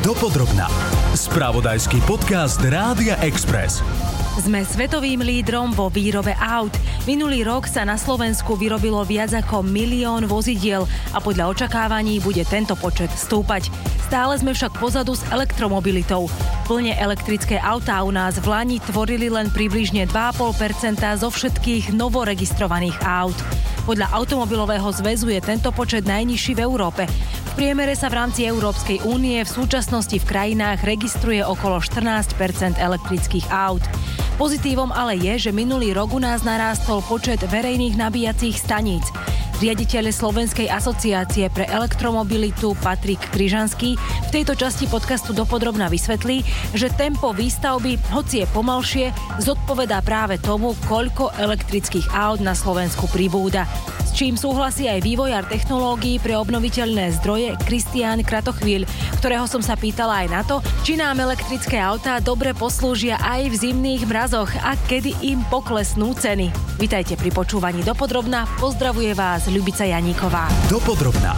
Dopodrobna. Spravodajský podcast Rádia Express. Sme svetovým lídrom vo výrobe aut. Minulý rok sa na Slovensku vyrobilo viac ako 1 000 000 vozidiel a podľa očakávaní bude tento počet stúpať. Stále sme však pozadu s elektromobilitou. Plne elektrické autá u nás v lani tvorili len približne 2,5% zo všetkých novoregistrovaných aut. Podľa Automobilového zväzu je tento počet najnižší v Európe. V priemere sa v rámci Európskej únie v súčasnosti v krajinách registruje okolo 14% elektrických aut. Pozitívom ale je, že minulý rok u nás narástol počet verejných nabíjacích staníc. Riaditeľ Slovenskej asociácie pre elektromobilitu Patrik Kryžanský v tejto časti podcastu Dopodrobna vysvetlí, že tempo výstavby, hoci je pomalšie, zodpovedá práve tomu, koľko elektrických aut na Slovensku pribúda. S čím súhlasí aj vývojár technológií pre obnoviteľné zdroje Kristián Kratochvíľ, ktorého som sa pýtala aj na to, či nám elektrické autá dobre poslúžia aj v zimných mrazoch a kedy im poklesnú ceny. Vitajte pri počúvaní Dopodrobna, pozdravuje vás Ľubica Janíková. Dopodrobna.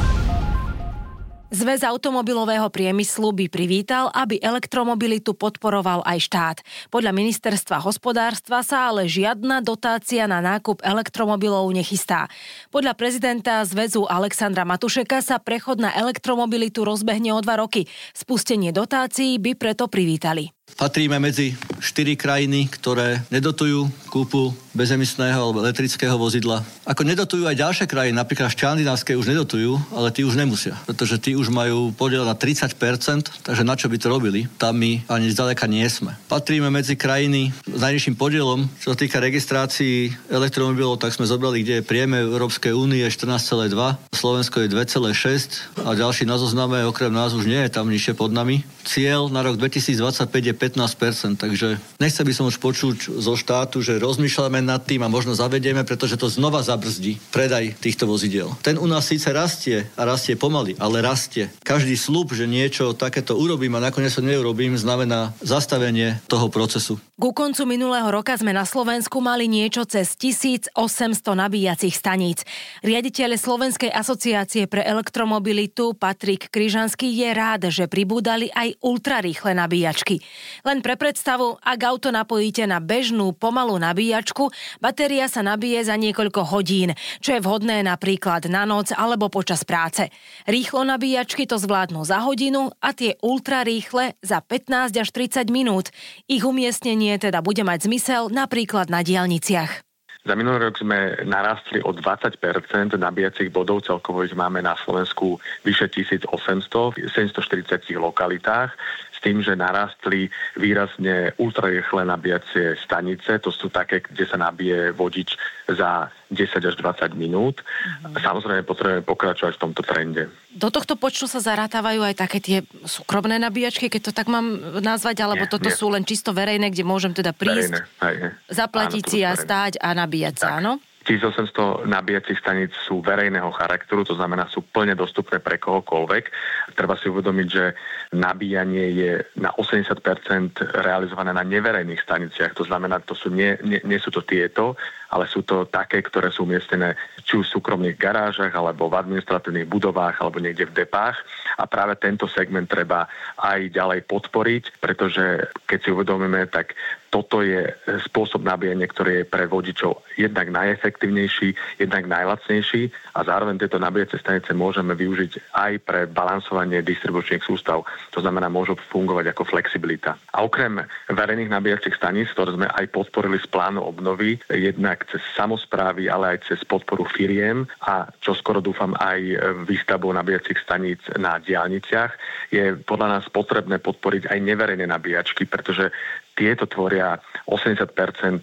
Zväz automobilového priemyslu by privítal, aby elektromobilitu podporoval aj štát. Podľa ministerstva hospodárstva sa ale žiadna dotácia na nákup elektromobilov nechystá. Podľa prezidenta zväzu Alexandra Matušeka sa prechod na elektromobilitu rozbehne o 2 roky. Spustenie dotácií by preto privítali. Patríme medzi 4 krajiny, ktoré nedotujú kúpu bezemisného alebo elektrického vozidla. Ako nedotujú aj ďalšie krajiny, napríklad škandinávské už nedotujú, ale tí už nemusia, pretože tí už majú podiel na 30%, takže na čo by to robili? Tam my ani zďaleka nie sme. Patríme medzi krajiny s najnižším podielom, čo sa týka registrácií elektromobilov, tak sme zobrali, kde je priemer Európskej únie 14,2, Slovensko je 2,6 a ďalší na zozname okrem nás už nie je tam nižšie pod nami. Cieľ na rok 2025 je 15%, takže nechce by som už počuť zo štátu, že rozmýšľame nad tým a možno zavedieme, pretože to znova zabrzdí predaj týchto vozidiel. Ten u nás síce rastie a rastie pomaly, ale rastie. Každý sľub, že niečo takéto urobím a nakoniec to neurobím, znamená zastavenie toho procesu. Ku koncu minulého roka sme na Slovensku mali niečo cez 1800 nabíjacích staníc. Riaditeľ Slovenskej asociácie pre elektromobilitu Patrik Kryžanský je rád, že pribúdali aj ultrarýchle nabíjačky. Len pre predstavu, ak auto napojíte na bežnú pomalú nabíjačku, batéria sa nabije za niekoľko hodín, čo je vhodné napríklad na noc alebo počas práce. Rýchlo nabíjačky to zvládnu za hodinu a tie ultrarýchle za 15 až 30 minút. Ich umiestnenie teda bude mať zmysel napríklad na diaľniciach. Za minulý rok sme narastli o 20% nabíjacích bodov, celkovo ich máme na Slovensku vyše 1800 v 740 lokalitách, s tým, že narastli výrazne ultrarýchle nabíjacie stanice, to sú také, kde sa nabije vodič za 10 až 20 minút. Samozrejme potrebujeme pokračovať v tomto trende. Do tohto počtu sa zarátávajú aj také tie súkromné nabíjačky, keď to tak mám nazvať, alebo toto sú len čisto verejné, kde môžem teda prísť, zaplatiť si a stáť a nabíjať sa, áno? 1800 nabíjacích staníc sú verejného charakteru, to znamená sú plne dostupné pre kohokoľvek. Treba si uvedomiť, že nabíjanie je na 80% realizované na neverejných staniciach, to znamená, to sú nie sú to tieto, ale sú to také, ktoré sú umiestnené či už v súkromných garážach, alebo v administratívnych budovách, alebo niekde v depách. A práve tento segment treba aj ďalej podporiť, pretože keď si uvedomíme, tak toto je spôsob nabíjania, ktorý je pre vodičov jednak najefektívnejší, jednak najlacnejší a zároveň tieto nabíjacie stanice môžeme využiť aj pre balansovanie distribučných sústav. To znamená, môžu fungovať ako flexibilita. A okrem verejných nabíjacích staníc, ktoré sme aj podporili z plánu obnovy, jednak cez samosprávy, ale aj cez podporu firiem a čo skoro dúfam aj výstavbou nabíjacích staníc na diaľniciach, je podľa nás potrebné podporiť aj neverejné nabíjačky, pretože tieto tvoria 80%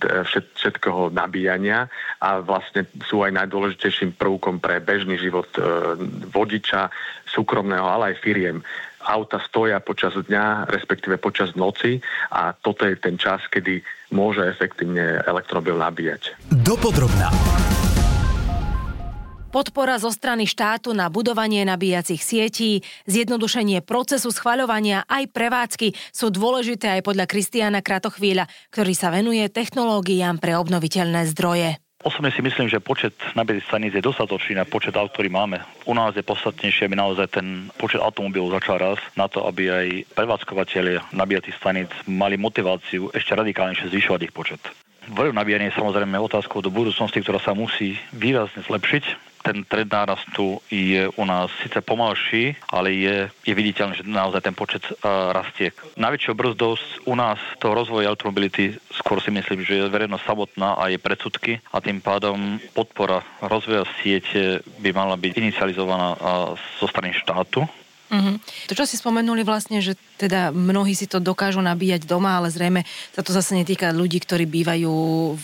všetkého nabíjania a vlastne sú aj najdôležitejším prvkom pre bežný život vodiča, súkromného, ale aj firiem. Auta stoja počas dňa, respektíve počas noci a toto je ten čas, kedy môže efektívne elektromobil nabíjať. Dopodrobna. Podpora zo strany štátu na budovanie nabíjacích sietí, zjednodušenie procesu schvaľovania aj prevádzky sú dôležité aj podľa Kristiána Kratochvíľa, ktorý sa venuje technológiám pre obnoviteľné zdroje. Osobne si myslím, že počet nabíjacích staníc je dostatočný na počet aut, ktorý máme. U nás je podstatnejšie, aby naozaj ten počet automobilov začal rásť na to, aby aj prevádzkovateľia nabíjacích staníc mali motiváciu ešte radikálnejšie zvyšovať ich počet. Veľké nabíjanie je samozrejme otázkou do budúcnosti, ktorá sa musí výrazne zlepšiť. Ten trend nárastu je u nás síce pomalší, ale je viditeľné, že naozaj ten počet rastie. Najväčšou brzdou u nás toho rozvoja automobility skôr si myslím, že je verejnosť samotná a je predsudky a tým pádom podpora rozvoja siete by mala byť inicializovaná zo strany štátu. To, čo si spomenuli vlastne, že teda mnohí si to dokážu nabíjať doma, ale zrejme sa to zase netýka ľudí, ktorí bývajú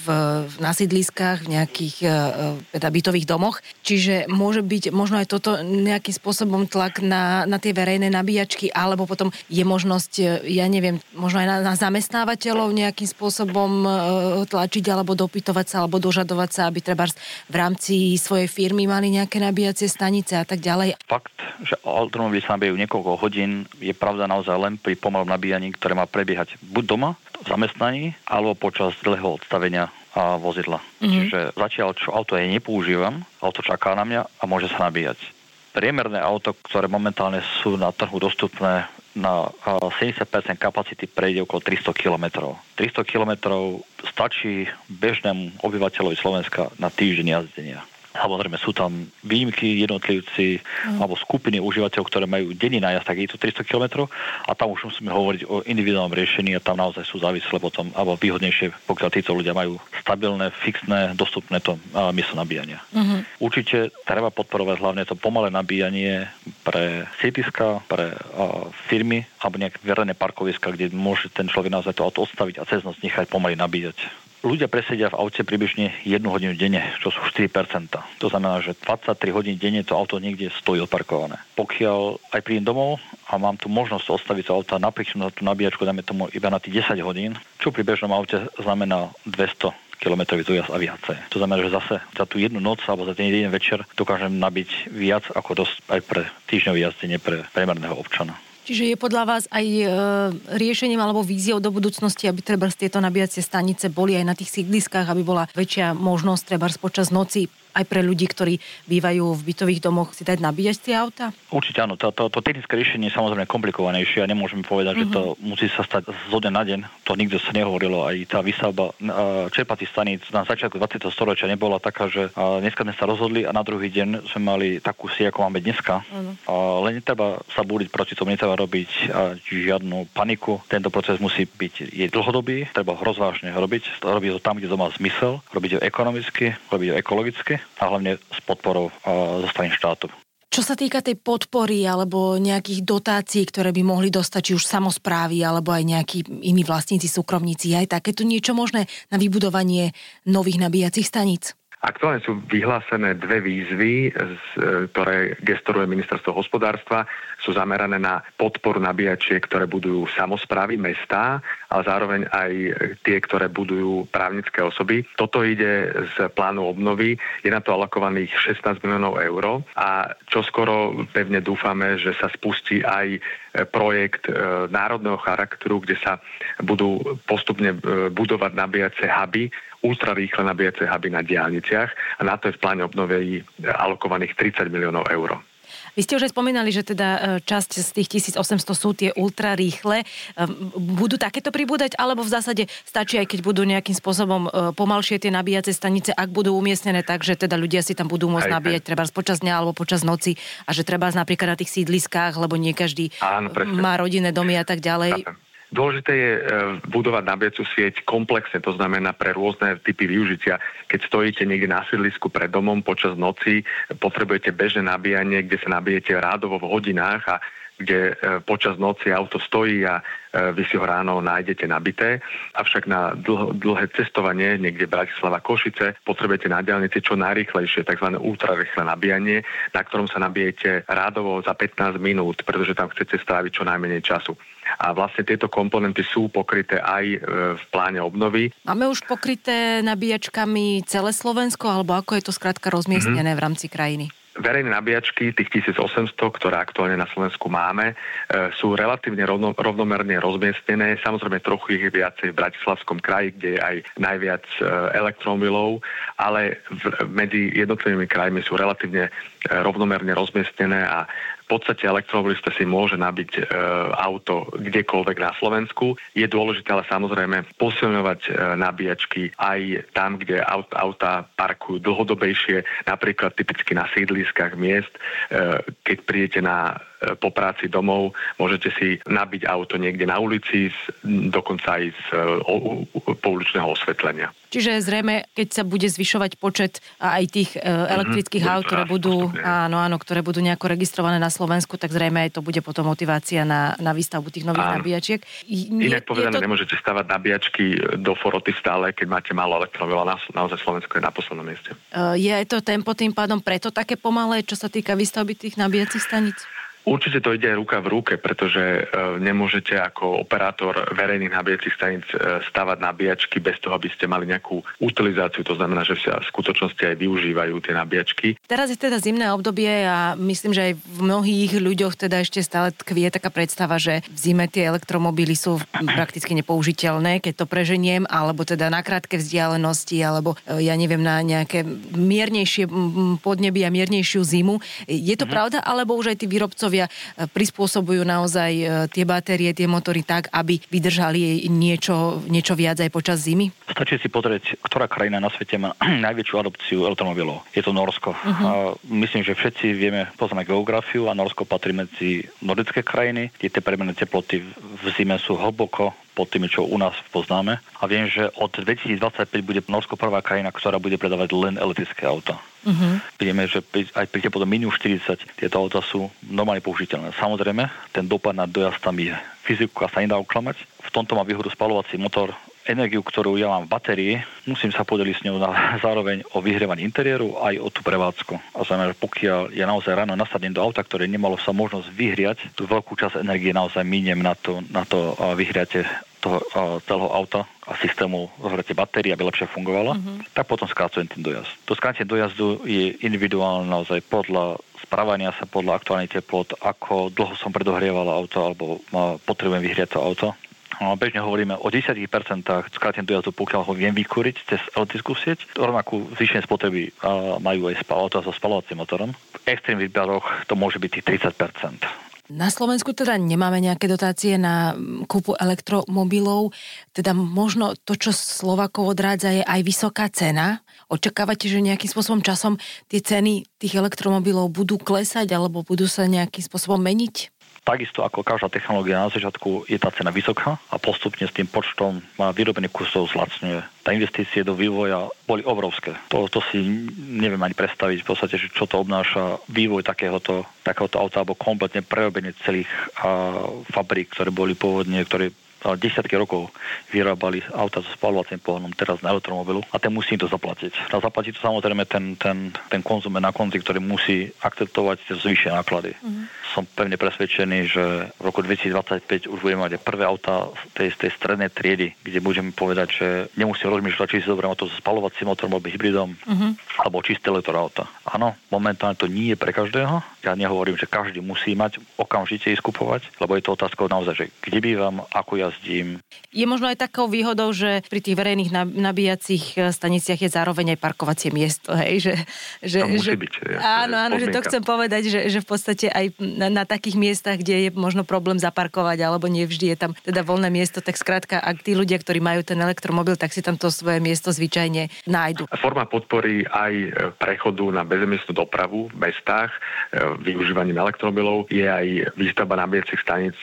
na sídliskách, v nejakých teda bytových domoch. Čiže môže byť možno aj toto nejakým spôsobom tlak na tie verejné nabíjačky, alebo potom je možnosť, ja neviem, možno aj na zamestnávateľov nejakým spôsobom tlačiť, alebo dopytovať sa, alebo dožadovať sa, aby treba v rámci svojej firmy mali nejaké nabíjacie stanice a tak ďalej. Fakt, že automobily sa nabíjajú niekoľko hodín, je pravda naozaj len pri pomalom nabíjaní, ktoré má prebiehať buď doma, v zamestnaní, alebo počas dlhého odstavenia vozidla. Čiže zatiaľ, čo auto nepoužívam, auto čaká na mňa a môže sa nabíjať. Priemerné auto, ktoré momentálne sú na trhu dostupné, na 70% kapacity prejde okolo 300 km. 300 km stačí bežnému obyvateľovi Slovenska na týždeň jazdenia. Samozrejme sú tam výjimky, jednotlivci alebo skupiny užívateľov, ktoré majú denný nájazd, tak je to 300 km a tam už musíme hovoriť o individuálnom riešení a tam naozaj sú závislé potom, alebo výhodnejšie, pokiaľ títo ľudia majú stabilné, fixné, dostupné to miesto nabíjania. Určite treba podporovať hlavne to pomalé nabíjanie pre sídliska, pre firmy alebo nejaké verejné parkoviska, kde môže ten človek naozaj to auto odstaviť a cez noc nechať pomaly nabíjať. Ľudia presedia v aute približne 1 hodinu denne, čo sú 4%. To znamená, že 23 hodín denne to auto niekde stojí odparkované. Pokiaľ aj prídem domov a mám tu možnosť odstaviť to auto napriek na tú nabíjačku, dáme tomu iba na tých 10 hodín, čo pri bežnom aute znamená 200 kilometrový dojazd a viacej. To znamená, že zase za tú jednu noc alebo za ten jeden večer dokážem nabiť viac ako dosť aj pre týždňové jazdenie pre priemerného občana. Čiže je podľa vás aj riešením alebo víziou do budúcnosti, aby trebárs tieto nabíjacie stanice boli aj na tých sídliskách, aby bola väčšia možnosť trebárs počas noci aj pre ľudí, ktorí bývajú v bytových domoch, si dať nabíjať tie auta? Určite áno. To technické riešenie je samozrejme komplikovanejšie a nemôžeme povedať, že to musí sa stať zo dňa na deň. To nikto sa nehovorilo. Aj tá výstavba čerpacích staníc na začiatku 20. storočia nebola taká, že dneska sme sa rozhodli a na druhý deň sme mali takú sieť, ako máme dneska. Len netreba sa búriť proti tomu, netreba robiť žiadnu paniku. Tento proces musí byť dlhodobý, treba ho rozvážne robiť to tam, kde to má zmysel, robiť ho ekonomicky, robiť ho ekologicky a hlavne s podporou zo strany štátu. Čo sa týka tej podpory alebo nejakých dotácií, ktoré by mohli dostať či už samosprávy alebo aj nejakí iní vlastníci, súkromníci, aj takéto niečo možné na vybudovanie nových nabíjacích staníc? Aktuálne sú vyhlásené 2 výzvy, ktoré gestoruje Ministerstvo hospodárstva. Sú zamerané na podporu nabíjačiek, ktoré budujú samosprávy, mestá, ale zároveň aj tie, ktoré budujú právnické osoby. Toto ide z plánu obnovy. Je na to alokovaných 16 miliónov eur a čoskoro pevne dúfame, že sa spustí aj projekt národného charakteru, kde sa budú postupne budovať nabíjacie huby, ultrarýchle nabíjacie huby na diaľniciach a na to je v pláne obnovy alokovaných 30 miliónov eur. Vy ste už aj spomínali, že teda časť z tých 1800 sú tie ultrarýchle. Budú takéto pribúdať, alebo v zásade stačí, aj keď budú nejakým spôsobom pomalšie tie nabíjacie stanice, ak budú umiestnené tak, že teda ľudia si tam budú môcť nabíjať trebárs počas dňa alebo počas noci a že trebárs napríklad na tých sídliskách, lebo nie každý má rodinné domy a tak ďalej. Dôležité je budovať nabíjacú sieť komplexne, to znamená pre rôzne typy využitia. Keď stojíte niekde na sídlisku pred domom počas noci, potrebujete bežné nabíjanie, kde sa nabijete rádovo v hodinách a kde počas noci auto stojí a vy si ho ráno nájdete nabité. Avšak na dlhé cestovanie, niekde Bratislava, Košice, potrebujete na diaľnici čo najrýchlejšie, tzv. Ultrarýchle nabíjanie, na ktorom sa nabijete rádovo za 15 minút, pretože tam chcete stráviť čo najmenej času. A vlastne tieto komponenty sú pokryté aj v pláne obnovy. Máme už pokryté nabíjačkami celé Slovensko, alebo ako je to skrátka rozmiestnené v rámci krajiny? verejné nabíjačky, tých 1800, ktoré aktuálne na Slovensku máme, sú relatívne rovnomerne rozmiestnené. Samozrejme, trochu ich je viacej v Bratislavskom kraji, kde je aj najviac elektromobilov, ale medzi jednotlivými krajmi sú relatívne rovnomerne rozmiestnené a v podstate elektromobilista si môže nabiť auto kdekoľvek na Slovensku. Je dôležité ale samozrejme posilňovať nabíjačky aj tam, kde auta parkujú dlhodobejšie, napríklad typicky na sídliskách miest. Keď prídete po práci domov, môžete si nabiť auto niekde na ulici, dokonca aj z pouličného osvetlenia. Čiže zrejme, keď sa bude zvyšovať počet aj tých elektrických aut, ktoré budú, ktoré budú nejako registrované na Slovensku, tak zrejme aj to bude potom motivácia na výstavbu tých nových nabíjačiek. Inak povedané, nemôžete stavať nabíjačky do foroty stále, keď máte málo elektromobilov. Naozaj Slovensko je na poslednom mieste. Je to tempo tým pádom preto také pomalé, čo sa týka výstavby tých nabíjacích staníc? Určite to ide ruka v ruke, pretože nemôžete ako operátor verejných nabíjacích staníc stavať nabíjačky bez toho, aby ste mali nejakú utilizáciu. To znamená, že sa v skutočnosti aj využívajú tie nabíjačky. Teraz je teda zimné obdobie a myslím, že aj v mnohých ľuďoch teda ešte stále tkvie taká predstava, že v zime tie elektromobily sú prakticky nepoužiteľné, keď to preženiem, alebo teda na krátke vzdialenosti, alebo ja neviem, na nejaké miernejšie podnebie a miernejšiu zimu. Je to pravda, alebo už aj tí výrobcovia prispôsobujú naozaj tie batérie, tie motory tak, aby vydržali niečo viac aj počas zimy? Stačí si pozrieť, ktorá krajina na svete má najväčšiu adopciu elektromobilov. Je to Norsko. Myslím, že všetci poznáme geografiu a Norsko patrí medzi nordické krajiny, kde tie priemerné teploty v zime sú hlboko pod tými, čo u nás poznáme. A viem, že od 2025 bude Norsko prvá krajina, ktorá bude predávať len elektrické auta. Vidíme, že aj pri teplote minus 40 tieto auta sú normálne použiteľné. Samozrejme, ten dopad na dojazd tam je. Fyziku sa nedá uklamať. V tomto má výhodu spaľovací motor. Energiu, ktorú ja mám v batérii, musím sa podeliť s ňou zároveň o vyhrievaní interiéru aj o tú prevádzku. A znamená, že pokiaľ ja naozaj ráno nasadnem do auta, ktoré nemalo sa možnosť vyhriať, tú veľkú časť energie naozaj miniem na to vyhriate toho celého auta a systému zohratie batérie, aby lepšie fungovala, tak potom skrácujem ten dojazd. To skrátenie dojazdu je individuálne naozaj podľa správania sa, podľa aktuálnych teplot, ako dlho som predohrievala auto alebo potrebujem vyhrieť to auto. Bežne hovoríme o 10% skrátenia dojazdu, pokiaľ ho viem vykúriť cez elektrickú sieť. Rovnakú zvýšenie spotreby majú aj auto so spaľovacím motorom. V extrémnych výberoch to môže byť tých 30%. Na Slovensku teda nemáme nejaké dotácie na kúpu elektromobilov, teda možno to, čo Slovákov odrádza, je aj vysoká cena. Očakávate, že nejakým spôsobom časom tie ceny tých elektromobilov budú klesať alebo budú sa nejakým spôsobom meniť? Takisto ako každá technológia na začiatku je tá cena vysoká a postupne s tým počtom vyrobených kusov zlacňuje. Tá investície do vývoja boli obrovské. To si neviem ani predstaviť v podstate, že čo to obnáša vývoj takéhoto auta alebo kompletne prerobenie celých fabrík, ktoré boli pôvodne, ktoré desiatky rokov vyrábali auta so spaľovacím pohonom, teraz na elektromobilu a ten musí to zaplatiť. A zaplatí to samozrejme ten konzument na konci, ktorý musí akceptovať tie zvýšené náklady. Som pevne presvedčený, že v roku 2025 už budeme mať prvé auta z tej strednej triedy, kde budeme povedať, že nemusím rozmýšľať, či si zoberiem auto so spaľovacím motorom alebo hybridom, alebo čisté elektroauta. Áno, momentálne to nie je pre každého. Ja nehovorím, že každý musí mať okamžite ísť kupovať, lebo je to otázka naozaj, že kde bývam, ako jazdím. Je možno aj takou výhodou, že pri tých verejných nabíjacích staniciach je zároveň aj parkovacie miesto, hej? Že musí byť. Áno, že to chcem povedať, že v podstate aj na takých miestach, kde je možno problém zaparkovať, alebo nie vždy je tam teda voľné miesto, tak skrátka, ak tí ľudia, ktorí majú ten elektromobil, tak si tam to svoje miesto zvyčajne nájdu. Forma podpory aj prechodu na bezemisnú dopravu v mestách využívaním elektromobilov je aj výstavba nabíjacích staníc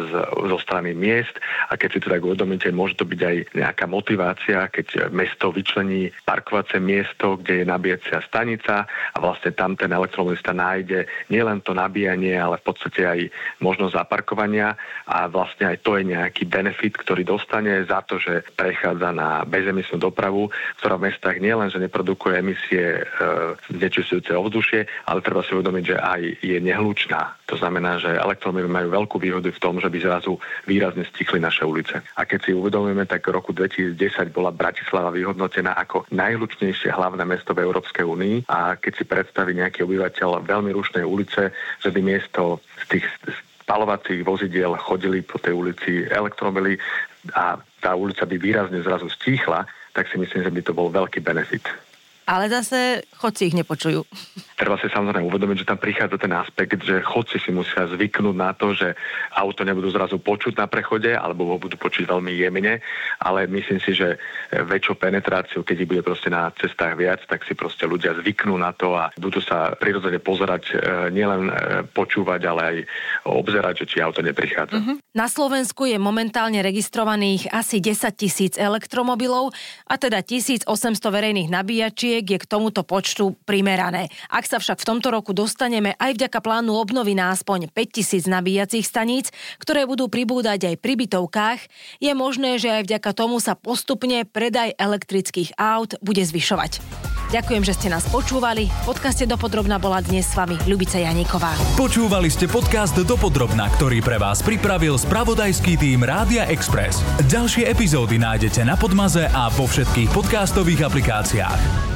zo strany miest a keď si to tak uvedomíte, môže to byť aj nejaká motivácia, keď mesto vyčlení parkovacie miesto, kde je nabíjacia stanica a vlastne tam ten elektromobilista nájde nielen to nabíjanie, ale v podstate aj možnosť zaparkovania a vlastne aj to je nejaký benefit, ktorý dostane za to, že prechádza na bezemisnú dopravu, ktorá v mestách nielen, že neprodukuje emisie znečisťujúce ovzdušie, ale treba si uvedomiť, že aj je nehlučná. To znamená, že elektromobily majú veľkú výhodu v tom, že by zrazu výrazne stikli naše ulice. A keď si uvedomíme, tak v roku 2010 bola Bratislava vyhodnotená ako najhlučnejšie hlavné mesto v Európskej únii a keď si predstaví nejaký obyvateľ veľmi rušnej ulice, že by miesto z tých spaľovacích vozidiel chodili po tej ulici elektromobily a tá ulica by výrazne zrazu stíchla, tak si myslím, že by to bol veľký benefit. Ale zase chodci ich nepočujú. Treba si samozrejme uvedomiť, že tam prichádza ten aspekt, že chodci si musia zvyknúť na to, že auto nebudú zrazu počuť na prechode, alebo ho budú počuť veľmi jemne, ale myslím si, že väčšou penetráciu, keď ich bude proste na cestách viac, tak si proste ľudia zvyknú na to a budú sa prirodzene pozerať, nielen počúvať, ale aj obzerať, že či auto neprichádza. Na Slovensku je momentálne registrovaných asi 10 000 elektromobilov a teda 1800 verejných nabíjačiek je k tomuto počtu primerané. Ak sa však v tomto roku dostaneme aj vďaka plánu obnovy na aspoň 5000 nabíjacích staníc, ktoré budú pribúdať aj pri bytovkách, je možné, že aj vďaka tomu sa postupne predaj elektrických aut bude zvyšovať. Ďakujem, že ste nás počúvali. V podcaste Dopodrobna bola dnes s vami Ľubica Janíková. Počúvali ste podcast Dopodrobna, ktorý pre vás pripravil spravodajský tím Rádia Express. Ďalšie epizódy nájdete na Podmaze a vo všetkých podcastových aplikáciách.